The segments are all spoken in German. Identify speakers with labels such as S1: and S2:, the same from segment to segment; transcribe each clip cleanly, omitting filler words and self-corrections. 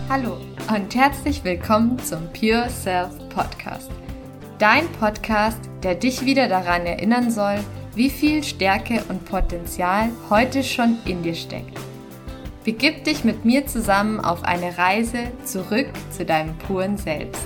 S1: Hallo und herzlich willkommen zum Pure Self Podcast. Dein Podcast, der dich wieder daran erinnern soll, wie viel Stärke und Potenzial heute schon in dir steckt. Begib dich mit mir zusammen auf eine Reise zurück zu deinem puren Selbst.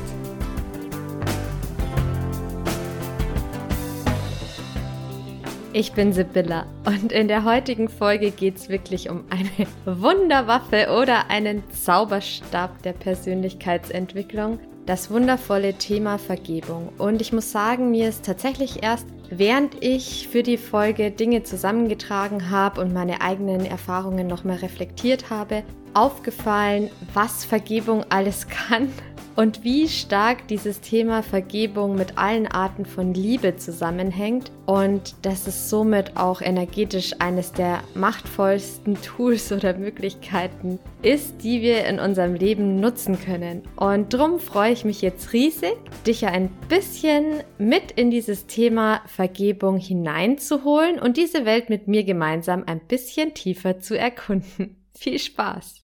S1: Ich bin Sibylla und in der heutigen Folge geht es wirklich um eine Wunderwaffe oder einen Zauberstab der Persönlichkeitsentwicklung, das wundervolle Thema Vergebung. Und ich muss sagen, mir ist tatsächlich erst, während ich für die Folge Dinge zusammengetragen habe und meine eigenen Erfahrungen nochmal reflektiert habe, aufgefallen, was Vergebung alles kann. Und wie stark dieses Thema Vergebung mit allen Arten von Liebe zusammenhängt und dass es somit auch energetisch eines der machtvollsten Tools oder Möglichkeiten ist, die wir in unserem Leben nutzen können. Und darum freue ich mich jetzt riesig, dich ja ein bisschen mit in dieses Thema Vergebung hineinzuholen und diese Welt mit mir gemeinsam ein bisschen tiefer zu erkunden. Viel Spaß!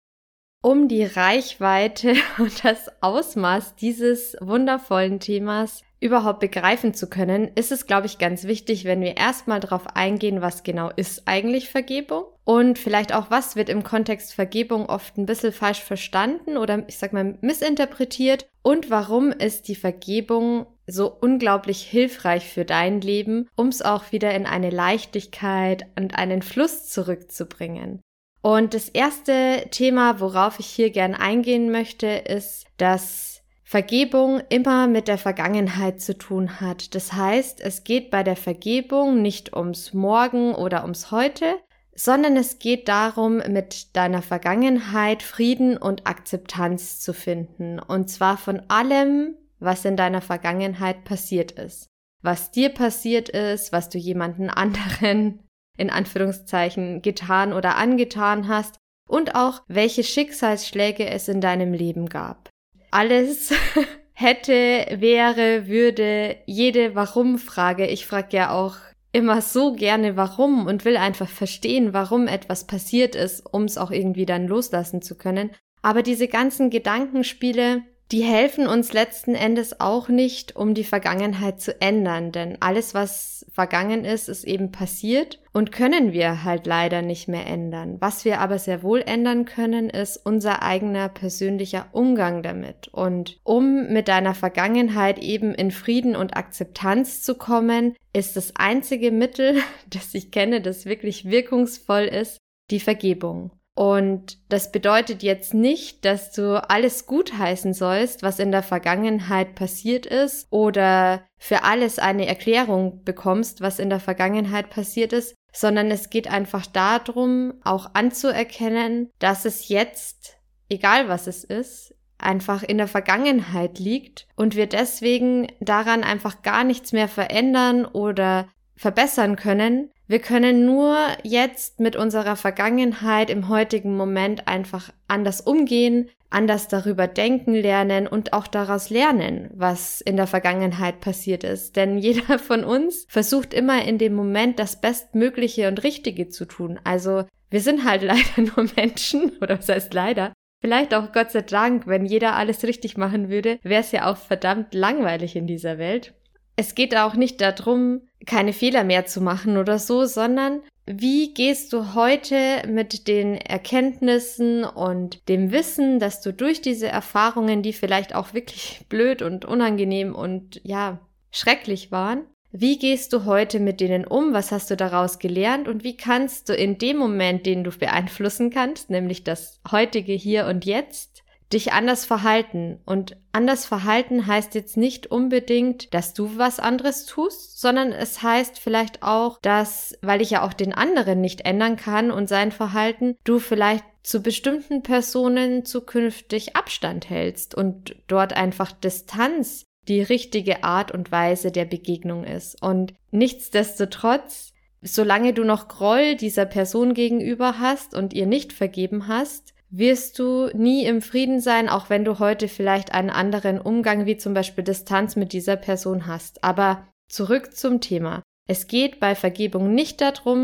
S1: Um die Reichweite und das Ausmaß dieses wundervollen Themas überhaupt begreifen zu können, ist es, glaube ich, ganz wichtig, wenn wir erstmal darauf eingehen, was genau ist eigentlich Vergebung und vielleicht auch, was wird im Kontext Vergebung oft ein bisschen falsch verstanden oder ich sag mal missinterpretiert und warum ist die Vergebung so unglaublich hilfreich für dein Leben, um es auch wieder in eine Leichtigkeit und einen Fluss zurückzubringen. Und das erste Thema, worauf ich hier gern eingehen möchte, ist, dass Vergebung immer mit der Vergangenheit zu tun hat. Das heißt, es geht bei der Vergebung nicht ums Morgen oder ums Heute, sondern es geht darum, mit deiner Vergangenheit Frieden und Akzeptanz zu finden. Und zwar von allem, was in deiner Vergangenheit passiert ist. Was dir passiert ist, was du jemanden anderen in Anführungszeichen getan oder angetan hast und auch welche Schicksalsschläge es in deinem Leben gab. Alles hätte, wäre, würde, jede Warum-Frage. Ich frage ja auch immer so gerne warum und will einfach verstehen, warum etwas passiert ist, um es auch irgendwie dann loslassen zu können. Aber diese ganzen Gedankenspiele, die helfen uns letzten Endes auch nicht, um die Vergangenheit zu ändern, denn alles, was vergangen ist, ist eben passiert und können wir halt leider nicht mehr ändern. Was wir aber sehr wohl ändern können, ist unser eigener persönlicher Umgang damit. Und um mit deiner Vergangenheit eben in Frieden und Akzeptanz zu kommen, ist das einzige Mittel, das ich kenne, das wirklich wirkungsvoll ist, die Vergebung. Und das bedeutet jetzt nicht, dass du alles gutheißen sollst, was in der Vergangenheit passiert ist oder für alles eine Erklärung bekommst, was in der Vergangenheit passiert ist, sondern es geht einfach darum, auch anzuerkennen, dass es jetzt, egal was es ist, einfach in der Vergangenheit liegt und wir deswegen daran einfach gar nichts mehr verändern oder verbessern können. Wir können nur jetzt mit unserer Vergangenheit im heutigen Moment einfach anders umgehen, anders darüber denken lernen und auch daraus lernen, was in der Vergangenheit passiert ist. Denn jeder von uns versucht immer in dem Moment das Bestmögliche und Richtige zu tun. Also wir sind halt leider nur Menschen, oder was heißt leider? Vielleicht auch Gott sei Dank, wenn jeder alles richtig machen würde, wäre es ja auch verdammt langweilig in dieser Welt. Es geht auch nicht darum, keine Fehler mehr zu machen oder so, sondern wie gehst du heute mit den Erkenntnissen und dem Wissen, dass du durch diese Erfahrungen, die vielleicht auch wirklich blöd und unangenehm und ja, schrecklich waren, wie gehst du heute mit denen um? Was hast du daraus gelernt? Und wie kannst du in dem Moment, den du beeinflussen kannst, nämlich das heutige Hier und Jetzt, dich anders verhalten. Und anders verhalten heißt jetzt nicht unbedingt, dass du was anderes tust, sondern es heißt vielleicht auch, dass, weil ich ja auch den anderen nicht ändern kann und sein Verhalten, du vielleicht zu bestimmten Personen zukünftig Abstand hältst und dort einfach Distanz die richtige Art und Weise der Begegnung ist. Und nichtsdestotrotz, solange du noch Groll dieser Person gegenüber hast und ihr nicht vergeben hast, wirst du nie im Frieden sein, auch wenn du heute vielleicht einen anderen Umgang wie zum Beispiel Distanz mit dieser Person hast. Aber zurück zum Thema. Es geht bei Vergebung nicht darum,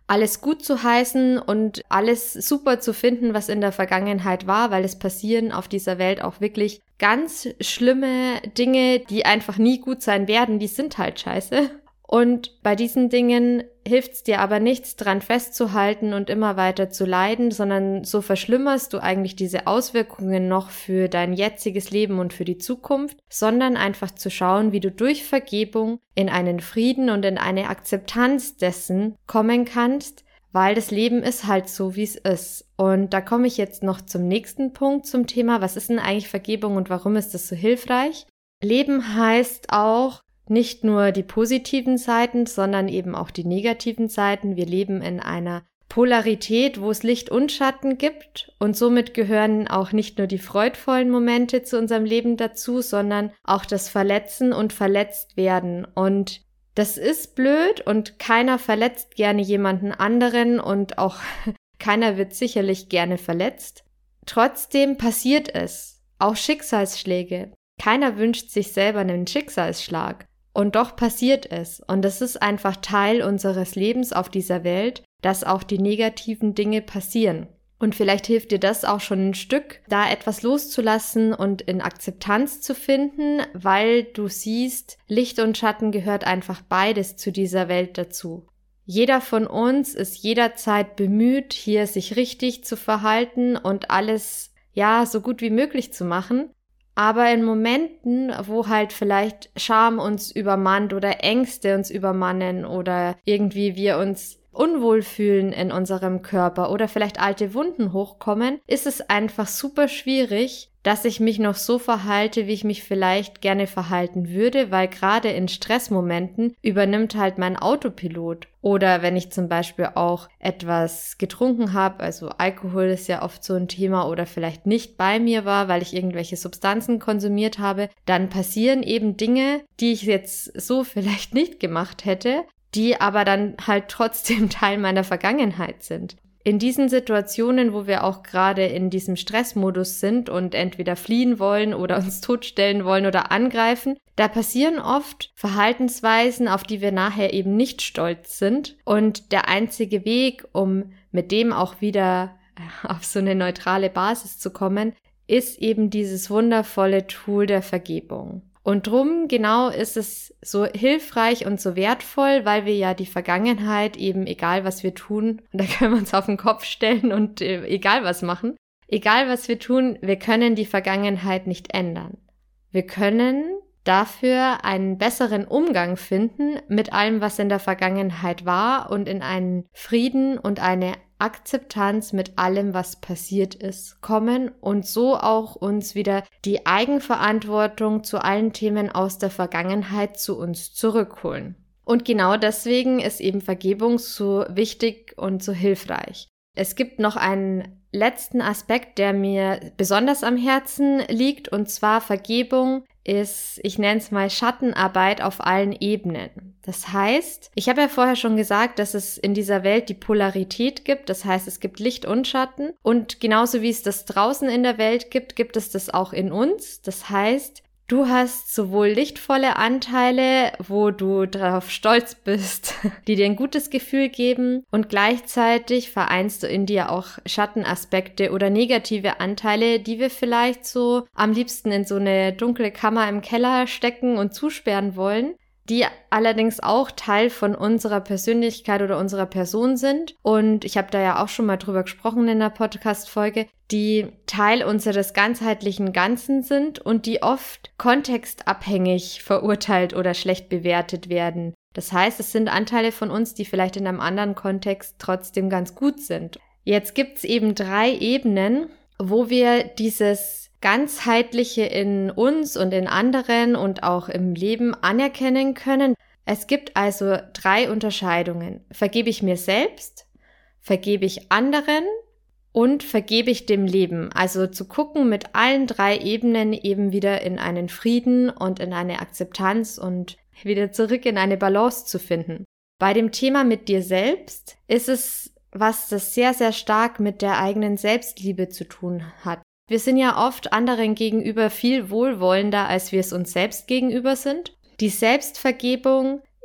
S1: alles gut zu heißen und alles super zu finden, was in der Vergangenheit war, weil es passieren auf dieser Welt auch wirklich ganz schlimme Dinge, die einfach nie gut sein werden, die sind halt scheiße. Und bei diesen Dingen hilft es dir aber nichts, dran festzuhalten und immer weiter zu leiden, sondern so verschlimmerst du eigentlich diese Auswirkungen noch für dein jetziges Leben und für die Zukunft, sondern einfach zu schauen, wie du durch Vergebung in einen Frieden und in eine Akzeptanz dessen kommen kannst, weil das Leben ist halt so, wie es ist. Und da komme ich jetzt noch zum nächsten Punkt zum Thema, was ist denn eigentlich Vergebung und warum ist das so hilfreich? Leben heißt auch, nicht nur die positiven Seiten, sondern eben auch die negativen Seiten. Wir leben in einer Polarität, wo es Licht und Schatten gibt und somit gehören auch nicht nur die freudvollen Momente zu unserem Leben dazu, sondern auch das Verletzen und Verletztwerden. Und das ist blöd und keiner verletzt gerne jemanden anderen und auch keiner wird sicherlich gerne verletzt. Trotzdem passiert es, auch Schicksalsschläge. Keiner wünscht sich selber einen Schicksalsschlag. Und doch passiert es. Und es ist einfach Teil unseres Lebens auf dieser Welt, dass auch die negativen Dinge passieren. Und vielleicht hilft dir das auch schon ein Stück, da etwas loszulassen und in Akzeptanz zu finden, weil du siehst, Licht und Schatten gehört einfach beides zu dieser Welt dazu. Jeder von uns ist jederzeit bemüht, hier sich richtig zu verhalten und alles, ja, so gut wie möglich zu machen. Aber in Momenten, wo halt vielleicht Scham uns übermannt oder Ängste uns übermannen oder irgendwie wir uns unwohl fühlen in unserem Körper oder vielleicht alte Wunden hochkommen, ist es einfach super schwierig, dass ich mich noch so verhalte, wie ich mich vielleicht gerne verhalten würde, weil gerade in Stressmomenten übernimmt halt mein Autopilot. Oder wenn ich zum Beispiel auch etwas getrunken habe, also Alkohol ist ja oft so ein Thema oder vielleicht nicht bei mir war, weil ich irgendwelche Substanzen konsumiert habe, dann passieren eben Dinge, die ich jetzt so vielleicht nicht gemacht hätte, die aber dann halt trotzdem Teil meiner Vergangenheit sind. In diesen Situationen, wo wir auch gerade in diesem Stressmodus sind und entweder fliehen wollen oder uns totstellen wollen oder angreifen, da passieren oft Verhaltensweisen, auf die wir nachher eben nicht stolz sind. Und der einzige Weg, um mit dem auch wieder auf so eine neutrale Basis zu kommen, ist eben dieses wundervolle Tool der Vergebung. Und drum genau ist es so hilfreich und so wertvoll, weil wir ja die Vergangenheit eben, egal was wir tun, da können wir uns auf den Kopf stellen und egal was machen, egal was wir tun, wir können die Vergangenheit nicht ändern. Wir können dafür einen besseren Umgang finden mit allem, was in der Vergangenheit war und in einen Frieden und eine Akzeptanz mit allem, was passiert ist, kommen und so auch uns wieder die Eigenverantwortung zu allen Themen aus der Vergangenheit zu uns zurückholen. Und genau deswegen ist eben Vergebung so wichtig und so hilfreich. Es gibt noch einen letzten Aspekt, der mir besonders am Herzen liegt, und zwar Vergebung ist, ich nenne es mal Schattenarbeit auf allen Ebenen. Das heißt, ich habe ja vorher schon gesagt, dass es in dieser Welt die Polarität gibt. Das heißt, es gibt Licht und Schatten. Und genauso wie es das draußen in der Welt gibt, gibt es das auch in uns. Das heißt, du hast sowohl lichtvolle Anteile, wo du darauf stolz bist, die dir ein gutes Gefühl geben, und gleichzeitig vereinst du in dir auch Schattenaspekte oder negative Anteile, die wir vielleicht so am liebsten in so eine dunkle Kammer im Keller stecken und zusperren wollen, die allerdings auch Teil von unserer Persönlichkeit oder unserer Person sind. Und ich habe da ja auch schon mal drüber gesprochen in der Podcast-Folge, die Teil unseres ganzheitlichen Ganzen sind und die oft kontextabhängig verurteilt oder schlecht bewertet werden. Das heißt, es sind Anteile von uns, die vielleicht in einem anderen Kontext trotzdem ganz gut sind. Jetzt gibt's eben 3 Ebenen, wo wir dieses Ganzheitliche in uns und in anderen und auch im Leben anerkennen können. Es gibt also 3 Unterscheidungen. Vergebe ich mir selbst, vergebe ich anderen und vergebe ich dem Leben. Also zu gucken, mit allen 3 Ebenen eben wieder in einen Frieden und in eine Akzeptanz und wieder zurück in eine Balance zu finden. Bei dem Thema mit dir selbst ist es was, das sehr, sehr stark mit der eigenen Selbstliebe zu tun hat. Wir sind ja oft anderen gegenüber viel wohlwollender, als wir es uns selbst gegenüber sind. Die Selbstvergebung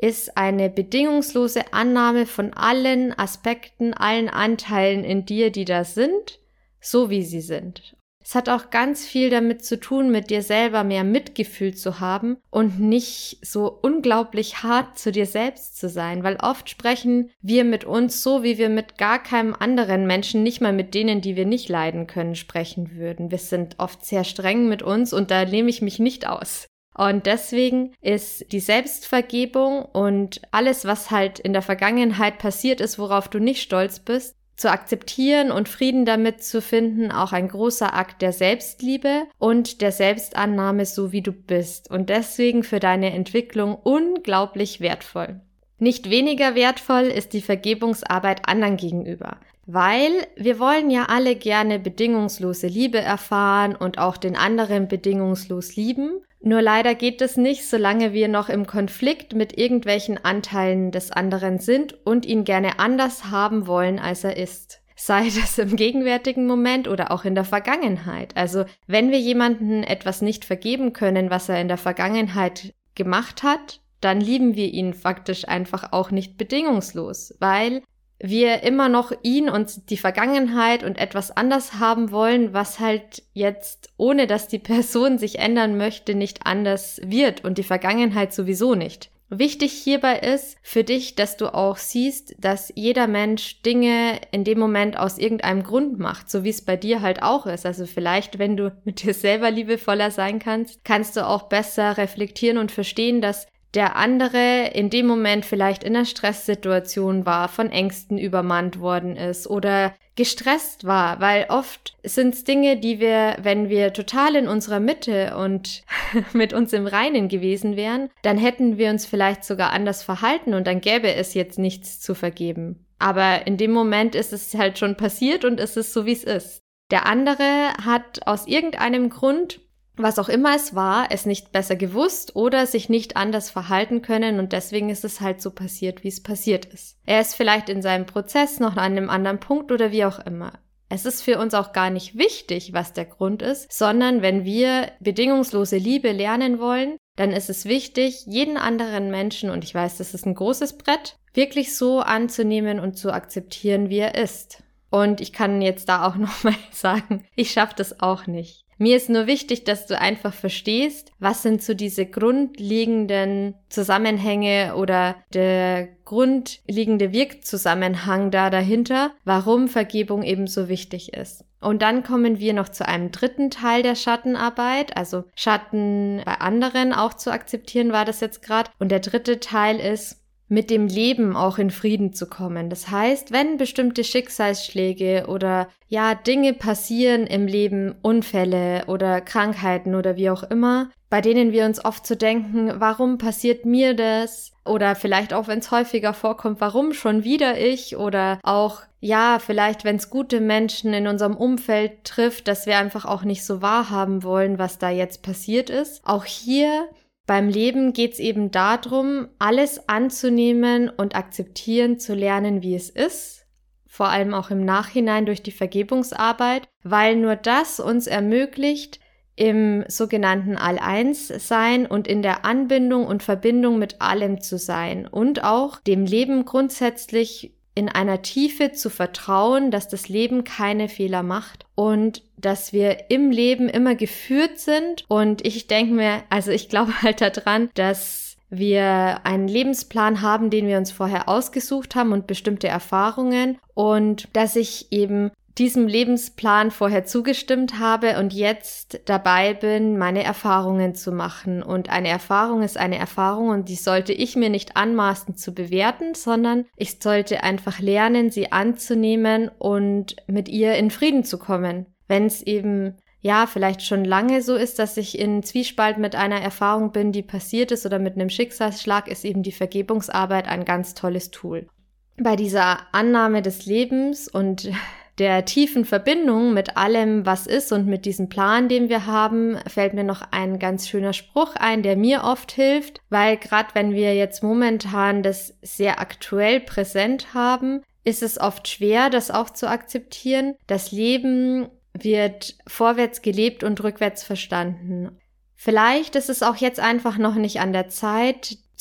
S1: ist eine bedingungslose Annahme von allen Aspekten, allen Anteilen in dir, die da sind, so wie sie sind. Es hat auch ganz viel damit zu tun, mit dir selber mehr Mitgefühl zu haben und nicht so unglaublich hart zu dir selbst zu sein, weil oft sprechen wir mit uns so, wie wir mit gar keinem anderen Menschen, nicht mal mit denen, die wir nicht leiden können, sprechen würden. Wir sind oft sehr streng mit uns und da nehme ich mich nicht aus. Und deswegen ist die Selbstvergebung und alles, was halt in der Vergangenheit passiert ist, worauf du nicht stolz bist, zu akzeptieren und Frieden damit zu finden, auch ein großer Akt der Selbstliebe und der Selbstannahme, so wie du bist. Und deswegen für deine Entwicklung unglaublich wertvoll. Nicht weniger wertvoll ist die Vergebungsarbeit anderen gegenüber. Weil wir wollen ja alle gerne bedingungslose Liebe erfahren und auch den anderen bedingungslos lieben. Nur leider geht es nicht, solange wir noch im Konflikt mit irgendwelchen Anteilen des anderen sind und ihn gerne anders haben wollen, als er ist. Sei das im gegenwärtigen Moment oder auch in der Vergangenheit. Also wenn wir jemandem etwas nicht vergeben können, was er in der Vergangenheit gemacht hat, dann lieben wir ihn faktisch einfach auch nicht bedingungslos, weil wir immer noch ihn und die Vergangenheit und etwas anders haben wollen, was halt jetzt, ohne dass die Person sich ändern möchte, nicht anders wird und die Vergangenheit sowieso nicht. Wichtig hierbei ist für dich, dass du auch siehst, dass jeder Mensch Dinge in dem Moment aus irgendeinem Grund macht, so wie es bei dir halt auch ist. Also vielleicht, wenn du mit dir selber liebevoller sein kannst, kannst du auch besser reflektieren und verstehen, dass der andere in dem Moment vielleicht in einer Stresssituation war, von Ängsten übermannt worden ist oder gestresst war, weil oft sind es Dinge, die wir, wenn wir total in unserer Mitte und mit uns im Reinen gewesen wären, dann hätten wir uns vielleicht sogar anders verhalten und dann gäbe es jetzt nichts zu vergeben. Aber in dem Moment ist es halt schon passiert und es ist so, wie es ist. Der andere hat aus irgendeinem Grund, was auch immer es war, es nicht besser gewusst oder sich nicht anders verhalten können und deswegen ist es halt so passiert, wie es passiert ist. Er ist vielleicht in seinem Prozess noch an einem anderen Punkt oder wie auch immer. Es ist für uns auch gar nicht wichtig, was der Grund ist, sondern wenn wir bedingungslose Liebe lernen wollen, dann ist es wichtig, jeden anderen Menschen, und ich weiß, das ist ein großes Brett, wirklich so anzunehmen und zu akzeptieren, wie er ist. Und ich kann jetzt da auch nochmal sagen, ich schaffe das auch nicht. Mir ist nur wichtig, dass du einfach verstehst, was sind so diese grundlegenden Zusammenhänge oder der grundlegende Wirkzusammenhang da dahinter, warum Vergebung eben so wichtig ist. Und dann kommen wir noch zu einem dritten Teil der Schattenarbeit, also Schatten bei anderen auch zu akzeptieren, war das jetzt gerade. Und der dritte Teil ist, mit dem Leben auch in Frieden zu kommen. Das heißt, wenn bestimmte Schicksalsschläge oder ja Dinge passieren im Leben, Unfälle oder Krankheiten oder wie auch immer, bei denen wir uns oft so denken, warum passiert mir das? Oder vielleicht auch, wenn es häufiger vorkommt, warum schon wieder ich? Oder auch, ja, vielleicht, wenn es gute Menschen in unserem Umfeld trifft, dass wir einfach auch nicht so wahrhaben wollen, was da jetzt passiert ist. Auch hier beim Leben geht es eben darum, alles anzunehmen und akzeptieren zu lernen, wie es ist, vor allem auch im Nachhinein durch die Vergebungsarbeit, weil nur das uns ermöglicht, im sogenannten All-Eins-Sein und in der Anbindung und Verbindung mit allem zu sein und auch dem Leben grundsätzlich in einer Tiefe zu vertrauen, dass das Leben keine Fehler macht und dass wir im Leben immer geführt sind. Und ich denke mir, also ich glaube halt daran, dass wir einen Lebensplan haben, den wir uns vorher ausgesucht haben und bestimmte Erfahrungen und dass ich eben diesem Lebensplan vorher zugestimmt habe und jetzt dabei bin, meine Erfahrungen zu machen. Und eine Erfahrung ist eine Erfahrung und die sollte ich mir nicht anmaßen zu bewerten, sondern ich sollte einfach lernen, sie anzunehmen und mit ihr in Frieden zu kommen. Wenn es eben, ja, vielleicht schon lange so ist, dass ich in Zwiespalt mit einer Erfahrung bin, die passiert ist oder mit einem Schicksalsschlag, ist eben die Vergebungsarbeit ein ganz tolles Tool. Bei dieser Annahme des Lebens und der tiefen Verbindung mit allem, was ist und mit diesem Plan, den wir haben, fällt mir noch ein ganz schöner Spruch ein, der mir oft hilft, weil gerade wenn wir jetzt momentan das sehr aktuell präsent haben, ist es oft schwer, das auch zu akzeptieren. Das Leben wird vorwärts gelebt und rückwärts verstanden. Vielleicht ist es auch jetzt einfach noch nicht an der Zeit,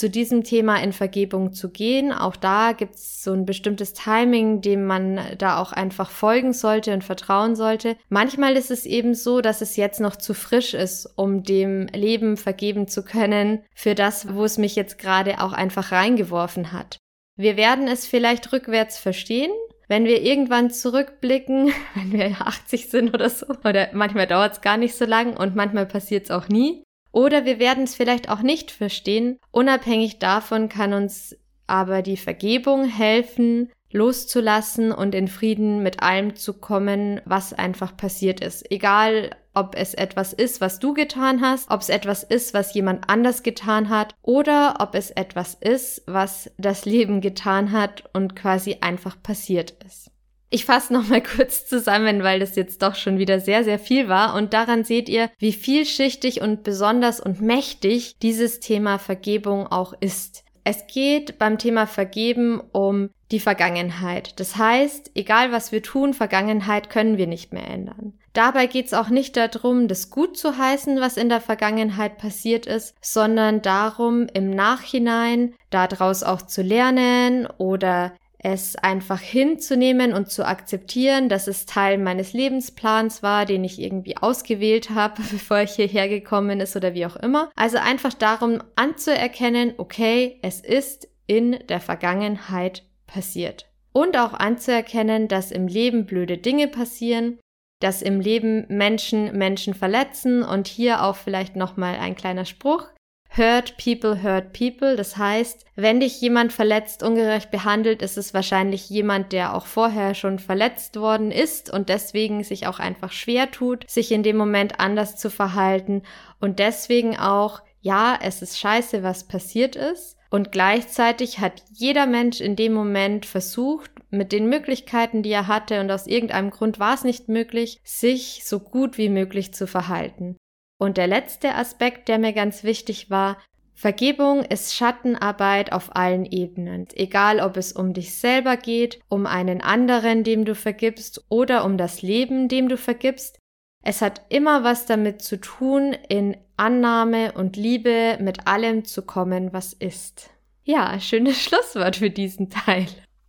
S1: zu diesem Thema in Vergebung zu gehen. Auch da gibt es so ein bestimmtes Timing, dem man da auch einfach folgen sollte und vertrauen sollte. Manchmal ist es eben so, dass es jetzt noch zu frisch ist, um dem Leben vergeben zu können für das, wo es mich jetzt gerade auch einfach reingeworfen hat. Wir werden es vielleicht rückwärts verstehen, wenn wir irgendwann zurückblicken, wenn wir 80 sind oder so. Oder manchmal dauert es gar nicht so lang und manchmal passiert es auch nie. Oder wir werden es vielleicht auch nicht verstehen. Unabhängig davon kann uns aber die Vergebung helfen, loszulassen und in Frieden mit allem zu kommen, was einfach passiert ist. Egal, ob es etwas ist, was du getan hast, ob es etwas ist, was jemand anders getan hat oder ob es etwas ist, was das Leben getan hat und quasi einfach passiert ist. Ich fasse nochmal kurz zusammen, weil das jetzt doch schon wieder sehr, sehr viel war und daran seht ihr, wie vielschichtig und besonders und mächtig dieses Thema Vergebung auch ist. Es geht beim Thema Vergeben um die Vergangenheit. Das heißt, egal was wir tun, Vergangenheit können wir nicht mehr ändern. Dabei geht es auch nicht darum, das gut zu heißen, was in der Vergangenheit passiert ist, sondern darum, im Nachhinein daraus auch zu lernen oder es einfach hinzunehmen und zu akzeptieren, dass es Teil meines Lebensplans war, den ich irgendwie ausgewählt habe, bevor ich hierher gekommen ist oder wie auch immer. Also einfach darum anzuerkennen, okay, es ist in der Vergangenheit passiert. Und auch anzuerkennen, dass im Leben blöde Dinge passieren, dass im Leben Menschen verletzen und hier auch vielleicht nochmal ein kleiner Spruch. Hurt people. Das heißt, wenn dich jemand verletzt, ungerecht behandelt, ist es wahrscheinlich jemand, der auch vorher schon verletzt worden ist und deswegen sich auch einfach schwer tut, sich in dem Moment anders zu verhalten und deswegen auch, ja, es ist scheiße, was passiert ist und gleichzeitig hat jeder Mensch in dem Moment versucht, mit den Möglichkeiten, die er hatte und aus irgendeinem Grund war es nicht möglich, sich so gut wie möglich zu verhalten. Und der letzte Aspekt, der mir ganz wichtig war, Vergebung ist Schattenarbeit auf allen Ebenen. Egal, ob es um dich selber geht, um einen anderen, dem du vergibst, oder um das Leben, dem du vergibst. Es hat immer was damit zu tun, in Annahme und Liebe mit allem zu kommen, was ist. Ja, schönes Schlusswort für diesen Teil.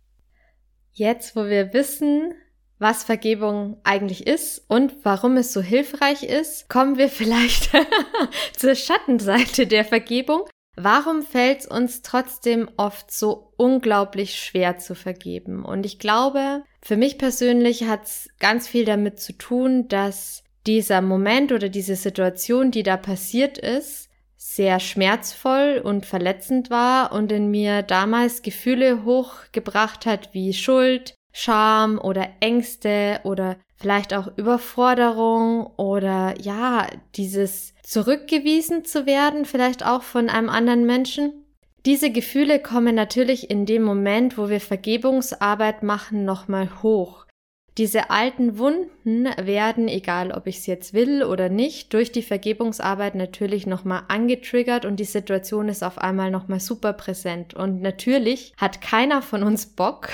S1: Jetzt, wo wir wissen, was Vergebung eigentlich ist und warum es so hilfreich ist, kommen wir vielleicht zur Schattenseite der Vergebung. Warum fällt es uns trotzdem oft so unglaublich schwer zu vergeben? Und ich glaube, für mich persönlich hat es ganz viel damit zu tun, dass dieser Moment oder diese Situation, die da passiert ist, sehr schmerzvoll und verletzend war und in mir damals Gefühle hochgebracht hat wie Schuld, Scham oder Ängste oder vielleicht auch Überforderung oder ja, dieses zurückgewiesen zu werden, vielleicht auch von einem anderen Menschen. Diese Gefühle kommen natürlich in dem Moment, wo wir Vergebungsarbeit machen, nochmal hoch. Diese alten Wunden werden, egal ob ich es jetzt will oder nicht, durch die Vergebungsarbeit natürlich nochmal angetriggert und die Situation ist auf einmal nochmal super präsent. Und natürlich hat keiner von uns Bock,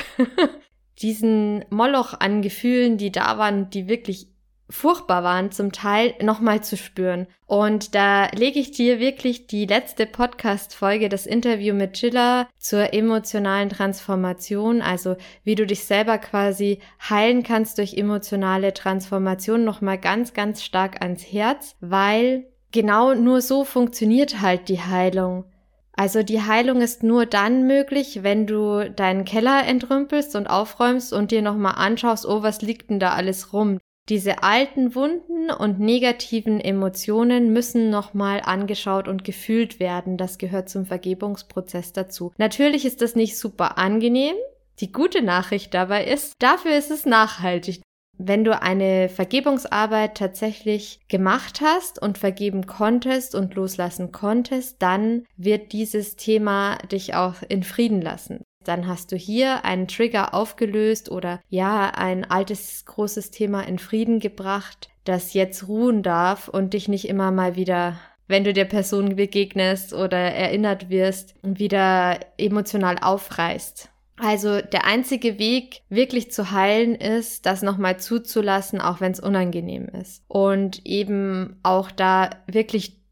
S1: diesen Moloch an Gefühlen, die da waren, die wirklich furchtbar waren, zum Teil nochmal zu spüren. Und da lege ich dir wirklich die letzte Podcast-Folge, das Interview mit Gilla zur emotionalen Transformation, also wie du dich selber quasi heilen kannst durch emotionale Transformation, nochmal ganz, ganz stark ans Herz, weil genau nur so funktioniert halt die Heilung. Also die Heilung ist nur dann möglich, wenn du deinen Keller entrümpelst und aufräumst und dir nochmal anschaust, oh, was liegt denn da alles rum? Diese alten Wunden und negativen Emotionen müssen nochmal angeschaut und gefühlt werden. Das gehört zum Vergebungsprozess dazu. Natürlich ist das nicht super angenehm. Die gute Nachricht dabei ist, dafür ist es nachhaltig. Wenn du eine Vergebungsarbeit tatsächlich gemacht hast und vergeben konntest und loslassen konntest, dann wird dieses Thema dich auch in Frieden lassen. Dann hast du hier einen Trigger aufgelöst oder ja, ein altes, großes Thema in Frieden gebracht, das jetzt ruhen darf und dich nicht immer mal wieder, wenn du der Person begegnest oder erinnert wirst, wieder emotional aufreißt. Also der einzige Weg, wirklich zu heilen, ist, das nochmal zuzulassen, auch wenn es unangenehm ist. Und eben auch da wirklich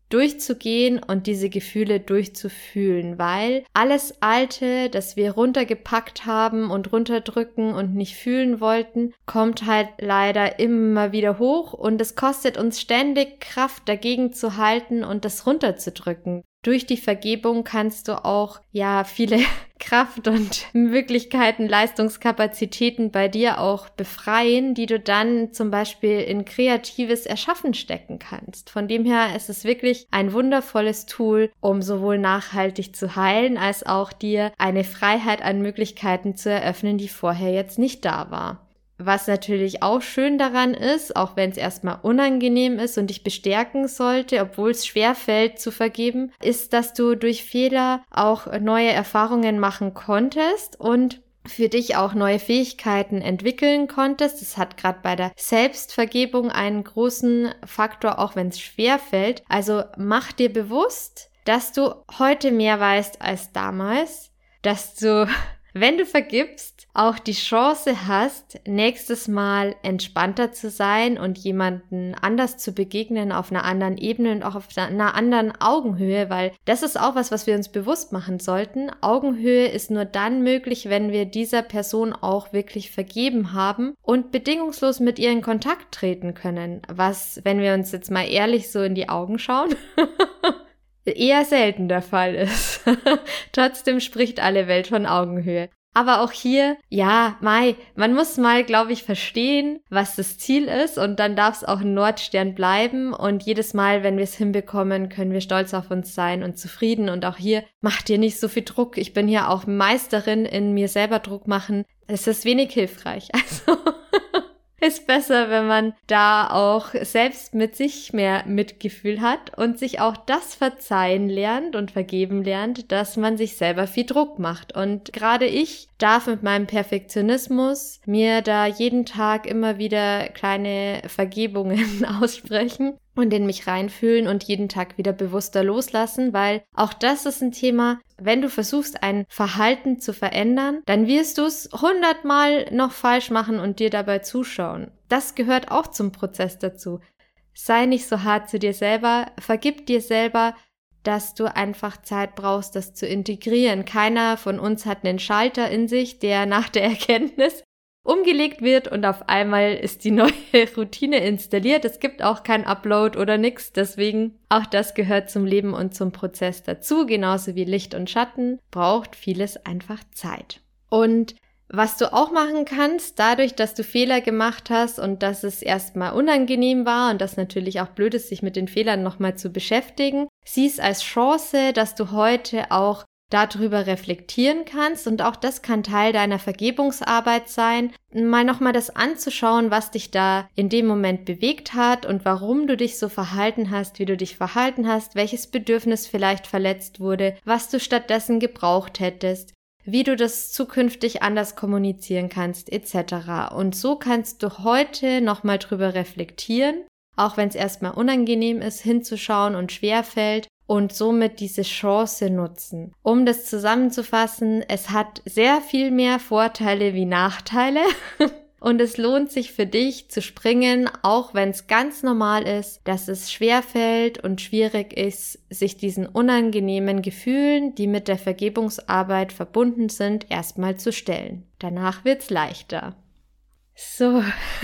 S1: durchzugehen und diese Gefühle durchzufühlen, weil alles Alte, das wir runtergepackt haben und runterdrücken und nicht fühlen wollten, kommt halt leider immer wieder hoch und es kostet uns ständig Kraft, dagegen zu halten und das runterzudrücken. Durch die Vergebung kannst du auch viele Kraft und Möglichkeiten, Leistungskapazitäten bei dir auch befreien, die du dann zum Beispiel in kreatives Erschaffen stecken kannst. Von dem her ist es wirklich ein wundervolles Tool, um sowohl nachhaltig zu heilen, als auch dir eine Freiheit an Möglichkeiten zu eröffnen, die vorher jetzt nicht da war. Was natürlich auch schön daran ist, auch wenn es erstmal unangenehm ist und dich bestärken sollte, obwohl es schwerfällt zu vergeben, ist, dass du durch Fehler auch neue Erfahrungen machen konntest und für dich auch neue Fähigkeiten entwickeln konntest. Das hat gerade bei der Selbstvergebung einen großen Faktor, auch wenn es schwerfällt. Also mach dir bewusst, dass du heute mehr weißt als damals, dass du, wenn du vergibst, auch die Chance hast, nächstes Mal entspannter zu sein und jemanden anders zu begegnen auf einer anderen Ebene und auch auf einer anderen Augenhöhe, weil das ist auch was wir uns bewusst machen sollten. Augenhöhe ist nur dann möglich, wenn wir dieser Person auch wirklich vergeben haben und bedingungslos mit ihr in Kontakt treten können, was, wenn wir uns jetzt mal ehrlich so in die Augen schauen, eher selten der Fall ist. Trotzdem spricht alle Welt von Augenhöhe. Aber auch hier, man muss mal, glaube ich, verstehen, was das Ziel ist und dann darf es auch ein Nordstern bleiben und jedes Mal, wenn wir es hinbekommen, können wir stolz auf uns sein und zufrieden und auch hier, mach dir nicht so viel Druck. Ich bin hier auch Meisterin in mir selber Druck machen. Es ist wenig hilfreich. Also ist besser, wenn man da auch selbst mit sich mehr Mitgefühl hat und sich auch das verzeihen lernt und vergeben lernt, dass man sich selber viel Druck macht. Und gerade ich darf mit meinem Perfektionismus mir da jeden Tag immer wieder kleine Vergebungen aussprechen und in mich reinfühlen und jeden Tag wieder bewusster loslassen, weil auch das ist ein Thema, wenn du versuchst, ein Verhalten zu verändern, dann wirst du es 100-mal noch falsch machen und dir dabei zuschauen. Das gehört auch zum Prozess dazu. Sei nicht so hart zu dir selber, vergib dir selber, dass du einfach Zeit brauchst, das zu integrieren. Keiner von uns hat einen Schalter in sich, der nach der Erkenntnis umgelegt wird und auf einmal ist die neue Routine installiert. Es gibt auch kein Upload oder nix, deswegen auch das gehört zum Leben und zum Prozess dazu. Genauso wie Licht und Schatten braucht vieles einfach Zeit. Und was du auch machen kannst, dadurch, dass du Fehler gemacht hast und dass es erstmal unangenehm war und dass natürlich auch blöd ist, sich mit den Fehlern nochmal zu beschäftigen, sieh es als Chance, dass du heute auch darüber reflektieren kannst und auch das kann Teil deiner Vergebungsarbeit sein, mal nochmal das anzuschauen, was dich da in dem Moment bewegt hat und warum du dich so verhalten hast, wie du dich verhalten hast, welches Bedürfnis vielleicht verletzt wurde, was du stattdessen gebraucht hättest, wie du das zukünftig anders kommunizieren kannst, etc. Und so kannst du heute nochmal drüber reflektieren, auch wenn es erstmal unangenehm ist, hinzuschauen und schwerfällt, und somit diese Chance nutzen. Um das zusammenzufassen, es hat sehr viel mehr Vorteile wie Nachteile und es lohnt sich für dich zu springen, auch wenn es ganz normal ist, dass es schwerfällt und schwierig ist, sich diesen unangenehmen Gefühlen, die mit der Vergebungsarbeit verbunden sind, erstmal zu stellen. Danach wird's leichter. So,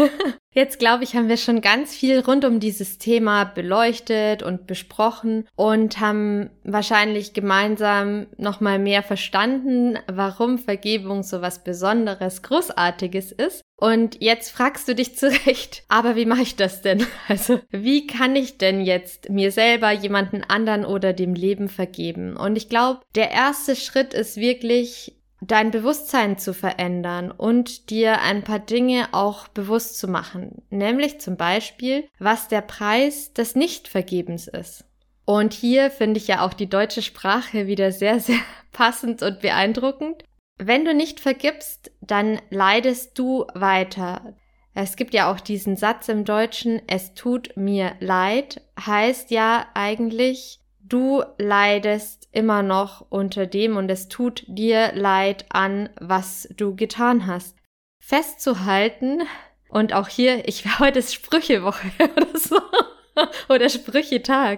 S1: jetzt glaube ich, haben wir schon ganz viel rund um dieses Thema beleuchtet und besprochen und haben wahrscheinlich gemeinsam nochmal mehr verstanden, warum Vergebung so was Besonderes, Großartiges ist. Und jetzt fragst du dich zurecht, aber wie mache ich das denn? Also, wie kann ich denn jetzt mir selber, jemanden anderen oder dem Leben vergeben? Und ich glaube, der erste Schritt ist wirklich, dein Bewusstsein zu verändern und dir ein paar Dinge auch bewusst zu machen. Nämlich zum Beispiel, was der Preis des Nichtvergebens ist. Und hier finde ich ja auch die deutsche Sprache wieder sehr, sehr passend und beeindruckend. Wenn du nicht vergibst, dann leidest du weiter. Es gibt ja auch diesen Satz im Deutschen, es tut mir leid, heißt ja eigentlich, du leidest immer noch unter dem und es tut dir leid an, was du getan hast. Festzuhalten, und auch hier, heute ist Sprüchewoche oder so, oder Sprüchetag,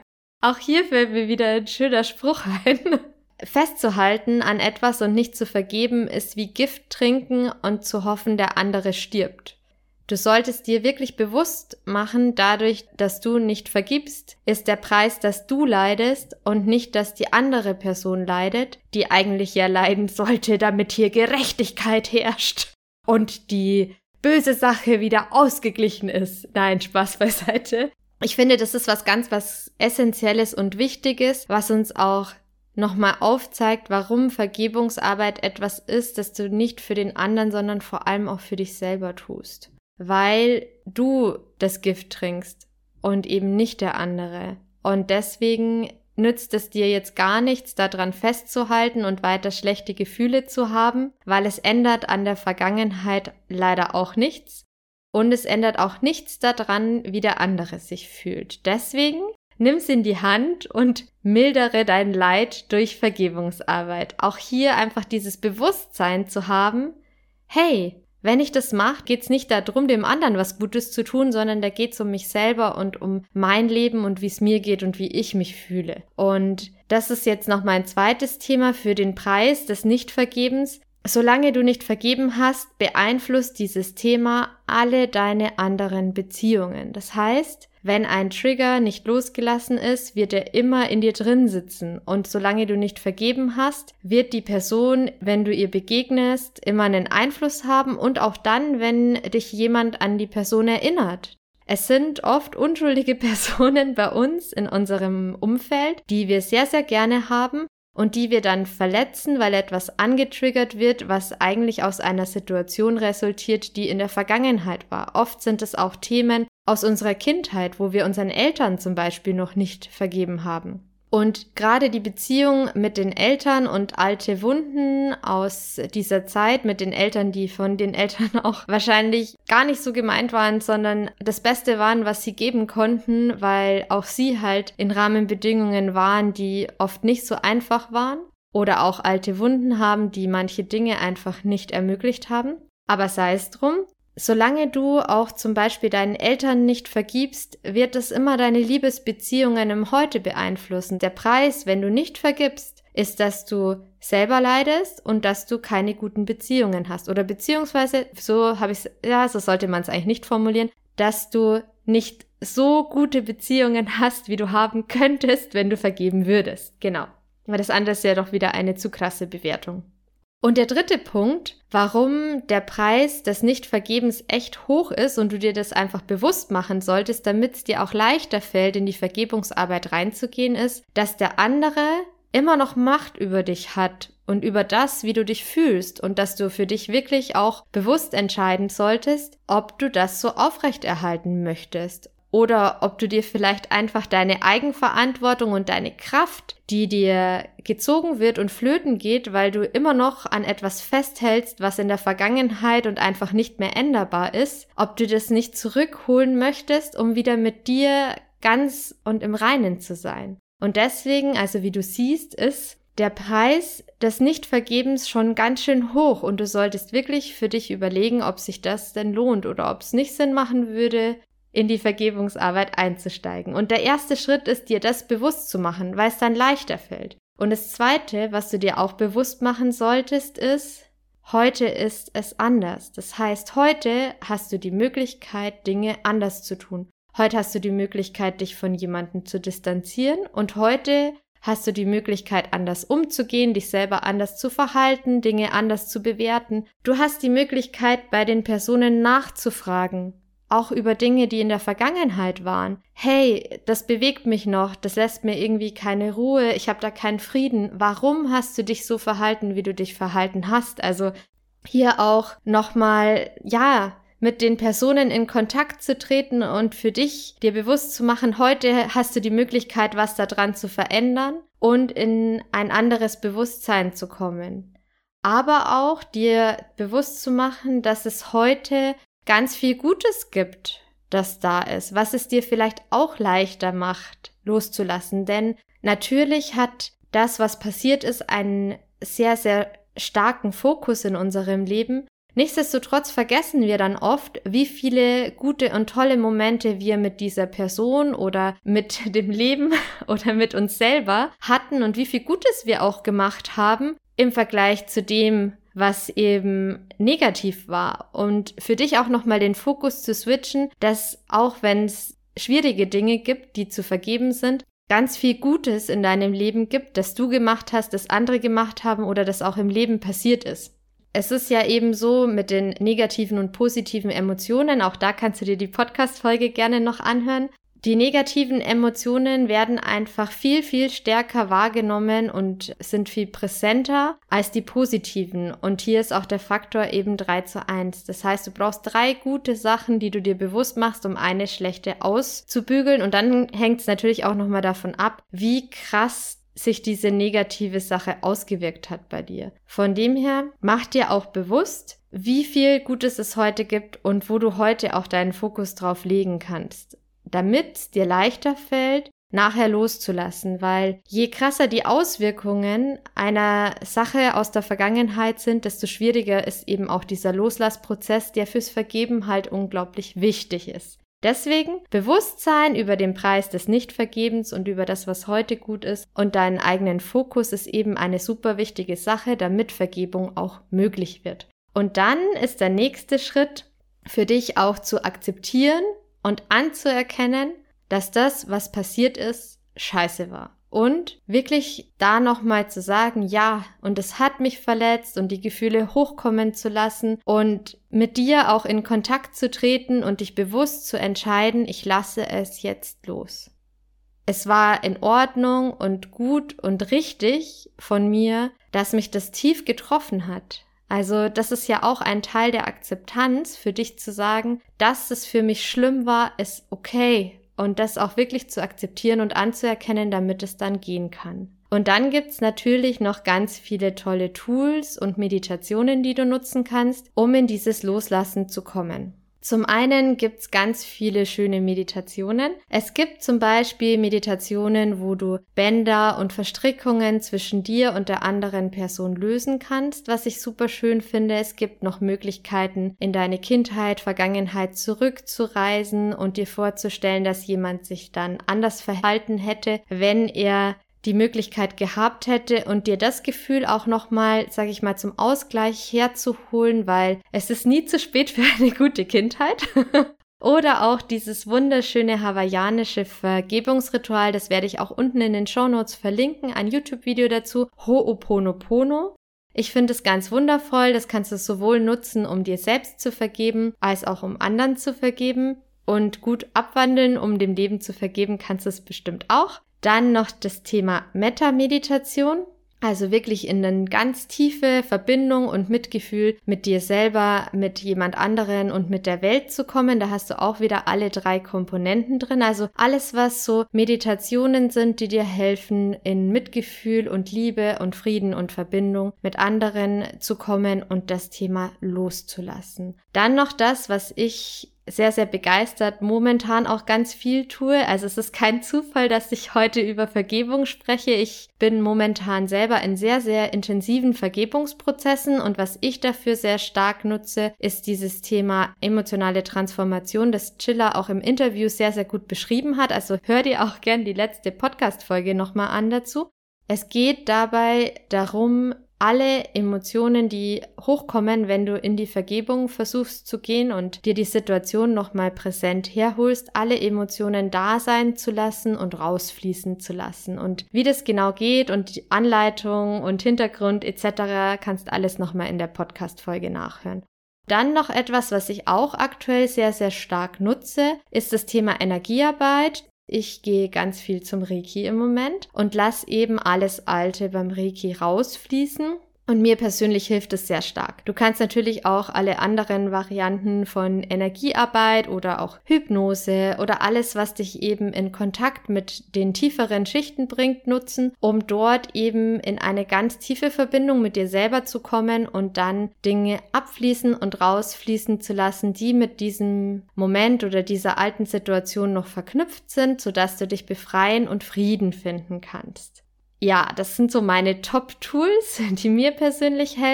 S1: Auch hier fällt mir wieder ein schöner Spruch ein. Festzuhalten an etwas und nicht zu vergeben ist wie Gift trinken und zu hoffen, der andere stirbt. Du solltest dir wirklich bewusst machen, dadurch, dass du nicht vergibst, ist der Preis, dass du leidest und nicht, dass die andere Person leidet, die eigentlich ja leiden sollte, damit hier Gerechtigkeit herrscht und die böse Sache wieder ausgeglichen ist. Nein, Spaß beiseite. Ich finde, das ist was Essentielles und Wichtiges, was uns auch nochmal aufzeigt, warum Vergebungsarbeit etwas ist, das du nicht für den anderen, sondern vor allem auch für dich selber tust. Weil du das Gift trinkst und eben nicht der andere. Und deswegen nützt es dir jetzt gar nichts, daran festzuhalten und weiter schlechte Gefühle zu haben, weil es ändert an der Vergangenheit leider auch nichts. Und es ändert auch nichts daran, wie der andere sich fühlt. Deswegen nimm's in die Hand und mildere dein Leid durch Vergebungsarbeit. Auch hier einfach dieses Bewusstsein zu haben, hey, wenn ich das mache, geht's nicht darum, dem anderen was Gutes zu tun, sondern da geht's um mich selber und um mein Leben und wie es mir geht und wie ich mich fühle. Und das ist jetzt noch mein zweites Thema für den Preis des Nichtvergebens. Solange du nicht vergeben hast, beeinflusst dieses Thema alle deine anderen Beziehungen. Das heißt, wenn ein Trigger nicht losgelassen ist, wird er immer in dir drin sitzen. Und solange du nicht vergeben hast, wird die Person, wenn du ihr begegnest, immer einen Einfluss haben und auch dann, wenn dich jemand an die Person erinnert. Es sind oft unschuldige Personen bei uns in unserem Umfeld, die wir sehr, sehr gerne haben und die wir dann verletzen, weil etwas angetriggert wird, was eigentlich aus einer Situation resultiert, die in der Vergangenheit war. Oft sind es auch Themen aus unserer Kindheit, wo wir unseren Eltern zum Beispiel noch nicht vergeben haben. Und gerade die Beziehung mit den Eltern und alte Wunden aus dieser Zeit mit den Eltern, die von den Eltern auch wahrscheinlich gar nicht so gemeint waren, sondern das Beste waren, was sie geben konnten, weil auch sie halt in Rahmenbedingungen waren, die oft nicht so einfach waren oder auch alte Wunden haben, die manche Dinge einfach nicht ermöglicht haben. Aber sei es drum. Solange du auch zum Beispiel deinen Eltern nicht vergibst, wird es immer deine Liebesbeziehungen im Heute beeinflussen. Der Preis, wenn du nicht vergibst, ist, dass du selber leidest und dass du keine guten Beziehungen hast. Oder beziehungsweise, so sollte man es eigentlich nicht formulieren, dass du nicht so gute Beziehungen hast, wie du haben könntest, wenn du vergeben würdest. Genau. Weil das andere ist ja doch wieder eine zu krasse Bewertung. Und der dritte Punkt, warum der Preis des Nichtvergebens echt hoch ist und du dir das einfach bewusst machen solltest, damit es dir auch leichter fällt, in die Vergebungsarbeit reinzugehen, ist, dass der andere immer noch Macht über dich hat und über das, wie du dich fühlst und dass du für dich wirklich auch bewusst entscheiden solltest, ob du das so aufrechterhalten möchtest. Oder ob du dir vielleicht einfach deine Eigenverantwortung und deine Kraft, die dir gezogen wird und flöten geht, weil du immer noch an etwas festhältst, was in der Vergangenheit und einfach nicht mehr änderbar ist, ob du das nicht zurückholen möchtest, um wieder mit dir ganz und im Reinen zu sein. Und deswegen, also wie du siehst, ist der Preis des Nichtvergebens schon ganz schön hoch und du solltest wirklich für dich überlegen, ob sich das denn lohnt oder ob es nicht Sinn machen würde, in die Vergebungsarbeit einzusteigen. Und der erste Schritt ist, dir das bewusst zu machen, weil es dann leichter fällt. Und das zweite, was du dir auch bewusst machen solltest, ist, heute ist es anders. Das heißt, heute hast du die Möglichkeit, Dinge anders zu tun. Heute hast du die Möglichkeit, dich von jemandem zu distanzieren und heute hast du die Möglichkeit, anders umzugehen, dich selber anders zu verhalten, Dinge anders zu bewerten. Du hast die Möglichkeit, bei den Personen nachzufragen. Auch über Dinge, die in der Vergangenheit waren. Hey, das bewegt mich noch, das lässt mir irgendwie keine Ruhe, ich habe da keinen Frieden. Warum hast du dich so verhalten, wie du dich verhalten hast? Also hier auch nochmal, mit den Personen in Kontakt zu treten und für dich dir bewusst zu machen, heute hast du die Möglichkeit, was daran zu verändern und in ein anderes Bewusstsein zu kommen. Aber auch dir bewusst zu machen, dass es heute ganz viel Gutes gibt, das da ist, was es dir vielleicht auch leichter macht, loszulassen. Denn natürlich hat das, was passiert ist, einen sehr, sehr starken Fokus in unserem Leben. Nichtsdestotrotz vergessen wir dann oft, wie viele gute und tolle Momente wir mit dieser Person oder mit dem Leben oder mit uns selber hatten und wie viel Gutes wir auch gemacht haben im Vergleich zu dem, was eben negativ war. Und für dich auch nochmal den Fokus zu switchen, dass auch wenn es schwierige Dinge gibt, die zu vergeben sind, ganz viel Gutes in deinem Leben gibt, das du gemacht hast, das andere gemacht haben oder das auch im Leben passiert ist. Es ist ja eben so mit den negativen und positiven Emotionen, auch da kannst du dir die Podcast-Folge gerne noch anhören. Die negativen Emotionen werden einfach viel, viel stärker wahrgenommen und sind viel präsenter als die positiven. Und hier ist auch der Faktor eben 3:1. Das heißt, du brauchst 3 gute Sachen, die du dir bewusst machst, um eine schlechte auszubügeln. Und dann hängt es natürlich auch nochmal davon ab, wie krass sich diese negative Sache ausgewirkt hat bei dir. Von dem her, mach dir auch bewusst, wie viel Gutes es heute gibt und wo du heute auch deinen Fokus drauf legen kannst, damit es dir leichter fällt, nachher loszulassen, weil je krasser die Auswirkungen einer Sache aus der Vergangenheit sind, desto schwieriger ist eben auch dieser Loslassprozess, der fürs Vergeben halt unglaublich wichtig ist. Deswegen Bewusstsein über den Preis des Nichtvergebens und über das, was heute gut ist und deinen eigenen Fokus ist eben eine super wichtige Sache, damit Vergebung auch möglich wird. Und dann ist der nächste Schritt für dich auch zu akzeptieren und anzuerkennen, dass das, was passiert ist, scheiße war. Und wirklich da nochmal zu sagen, ja, und es hat mich verletzt und die Gefühle hochkommen zu lassen und mit dir auch in Kontakt zu treten und dich bewusst zu entscheiden, ich lasse es jetzt los. Es war in Ordnung und gut und richtig von mir, dass mich das tief getroffen hat. Also das ist ja auch ein Teil der Akzeptanz für dich zu sagen, dass es für mich schlimm war, ist okay. Und das auch wirklich zu akzeptieren und anzuerkennen, damit es dann gehen kann. Und dann gibt's natürlich noch ganz viele tolle Tools und Meditationen, die du nutzen kannst, um in dieses Loslassen zu kommen. Zum einen gibt's ganz viele schöne Meditationen. Es gibt zum Beispiel Meditationen, wo du Bänder und Verstrickungen zwischen dir und der anderen Person lösen kannst, was ich super schön finde. Es gibt noch Möglichkeiten, in deine Kindheit, Vergangenheit zurückzureisen und dir vorzustellen, dass jemand sich dann anders verhalten hätte, wenn er die Möglichkeit gehabt hätte und dir das Gefühl auch nochmal, sage ich mal, zum Ausgleich herzuholen, weil es ist nie zu spät für eine gute Kindheit. Oder auch dieses wunderschöne hawaiianische Vergebungsritual, das werde ich auch unten in den Shownotes verlinken, ein YouTube-Video dazu, Ho'oponopono. Ich finde es ganz wundervoll, das kannst du sowohl nutzen, um dir selbst zu vergeben, als auch um anderen zu vergeben. Und gut abwandeln, um dem Leben zu vergeben, kannst du es bestimmt auch. Dann noch das Thema Metta-Meditation, also wirklich in eine ganz tiefe Verbindung und Mitgefühl mit dir selber, mit jemand anderen und mit der Welt zu kommen. Da hast du auch wieder alle 3 Komponenten drin, also alles, was so Meditationen sind, die dir helfen, in Mitgefühl und Liebe und Frieden und Verbindung mit anderen zu kommen und das Thema loszulassen. Dann noch das, was ich sehr, sehr begeistert momentan auch ganz viel tue. Also es ist kein Zufall, dass ich heute über Vergebung spreche. Ich bin momentan selber in sehr, sehr intensiven Vergebungsprozessen und was ich dafür sehr stark nutze, ist dieses Thema emotionale Transformation, das Chilla auch im Interview sehr, sehr gut beschrieben hat. Also hör dir auch gern die letzte Podcast-Folge nochmal an dazu. Es geht dabei darum, alle Emotionen, die hochkommen, wenn du in die Vergebung versuchst zu gehen und dir die Situation nochmal präsent herholst, alle Emotionen da sein zu lassen und rausfließen zu lassen. Und wie das genau geht und die Anleitung und Hintergrund etc. kannst alles nochmal in der Podcast-Folge nachhören. Dann noch etwas, was ich auch aktuell sehr, sehr stark nutze, ist das Thema Energiearbeit. Ich gehe ganz viel zum Reiki im Moment und lasse eben alles Alte beim Reiki rausfließen. Und mir persönlich hilft es sehr stark. Du kannst natürlich auch alle anderen Varianten von Energiearbeit oder auch Hypnose oder alles, was dich eben in Kontakt mit den tieferen Schichten bringt, nutzen, um dort eben in eine ganz tiefe Verbindung mit dir selber zu kommen und dann Dinge abfließen und rausfließen zu lassen, die mit diesem Moment oder dieser alten Situation noch verknüpft sind, sodass du dich befreien und Frieden finden kannst. Ja, das sind so meine Top-Tools, die mir persönlich helfen.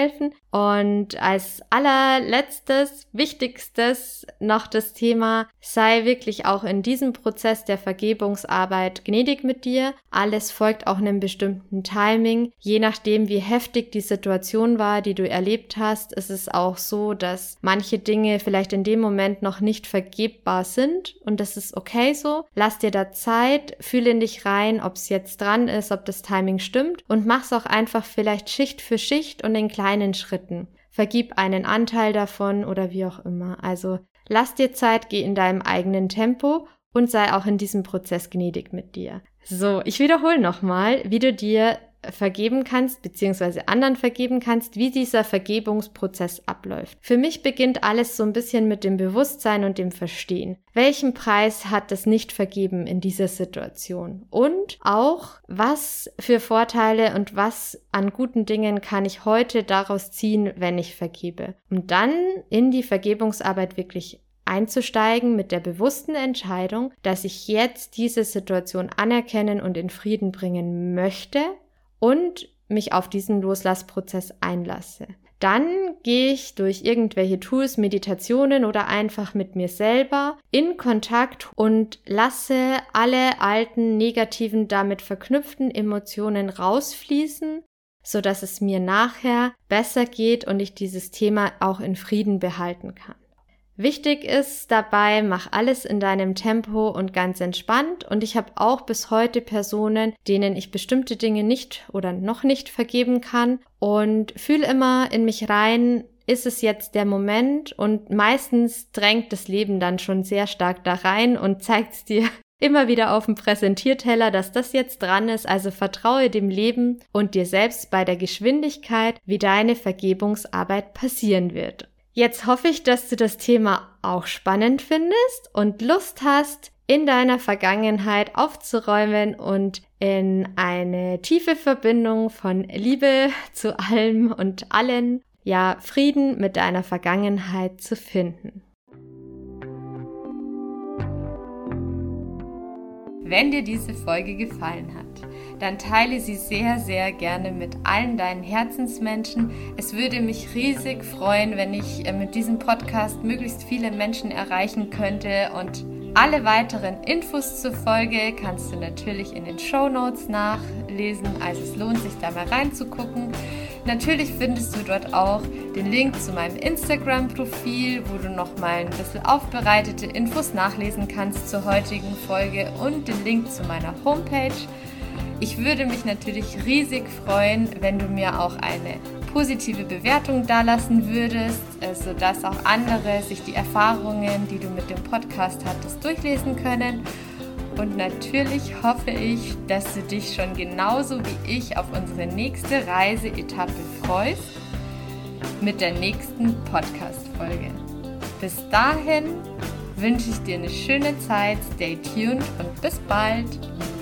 S1: Und als allerletztes, wichtigstes noch das Thema, sei wirklich auch in diesem Prozess der Vergebungsarbeit gnädig mit dir. Alles folgt auch einem bestimmten Timing. Je nachdem, wie heftig die Situation war, die du erlebt hast, ist es auch so, dass manche Dinge vielleicht in dem Moment noch nicht vergebbar sind und das ist okay so. Lass dir da Zeit, fühle in dich rein, ob es jetzt dran ist, ob das Timing stimmt und mach's auch einfach vielleicht Schicht für Schicht und in kleinen Schritten. Vergib einen Anteil davon oder wie auch immer. Also lass dir Zeit, geh in deinem eigenen Tempo und sei auch in diesem Prozess gnädig mit dir. So, ich wiederhole nochmal, wie du dir vergeben kannst, beziehungsweise anderen vergeben kannst, wie dieser Vergebungsprozess abläuft. Für mich beginnt alles so ein bisschen mit dem Bewusstsein und dem Verstehen. Welchen Preis hat das Nicht-Vergeben in dieser Situation? Und auch, was für Vorteile und was an guten Dingen kann ich heute daraus ziehen, wenn ich vergebe? Und dann in die Vergebungsarbeit wirklich einzusteigen mit der bewussten Entscheidung, dass ich jetzt diese Situation anerkennen und in Frieden bringen möchte und mich auf diesen Loslassprozess einlasse. Dann gehe ich durch irgendwelche Tools, Meditationen oder einfach mit mir selber in Kontakt und lasse alle alten, negativen, damit verknüpften Emotionen rausfließen, sodass es mir nachher besser geht und ich dieses Thema auch in Frieden behalten kann. Wichtig ist dabei, mach alles in deinem Tempo und ganz entspannt und ich habe auch bis heute Personen, denen ich bestimmte Dinge nicht oder noch nicht vergeben kann und fühle immer in mich rein, ist es jetzt der Moment und meistens drängt das Leben dann schon sehr stark da rein und zeigt es dir immer wieder auf dem Präsentierteller, dass das jetzt dran ist, also vertraue dem Leben und dir selbst bei der Geschwindigkeit, wie deine Vergebungsarbeit passieren wird. Jetzt hoffe ich, dass du das Thema auch spannend findest und Lust hast, in deiner Vergangenheit aufzuräumen und in eine tiefe Verbindung von Liebe zu allem und allen, ja, Frieden mit deiner Vergangenheit zu finden. Wenn dir diese Folge gefallen hat, dann teile sie sehr, sehr gerne mit allen deinen Herzensmenschen. Es würde mich riesig freuen, wenn ich mit diesem Podcast möglichst viele Menschen erreichen könnte und alle weiteren Infos zur Folge kannst du natürlich in den Shownotes nachlesen, also es lohnt sich da mal reinzugucken. Natürlich findest du dort auch den Link zu meinem Instagram-Profil, wo du nochmal ein bisschen aufbereitete Infos nachlesen kannst zur heutigen Folge und den Link zu meiner Homepage. Ich würde mich natürlich riesig freuen, wenn du mir auch eine positive Bewertung dalassen würdest, sodass auch andere sich die Erfahrungen, die du mit dem Podcast hattest, durchlesen können. Und natürlich hoffe ich, dass du dich schon genauso wie ich auf unsere nächste Reiseetappe freust mit der nächsten Podcast-Folge. Bis dahin wünsche ich dir eine schöne Zeit, stay tuned und bis bald!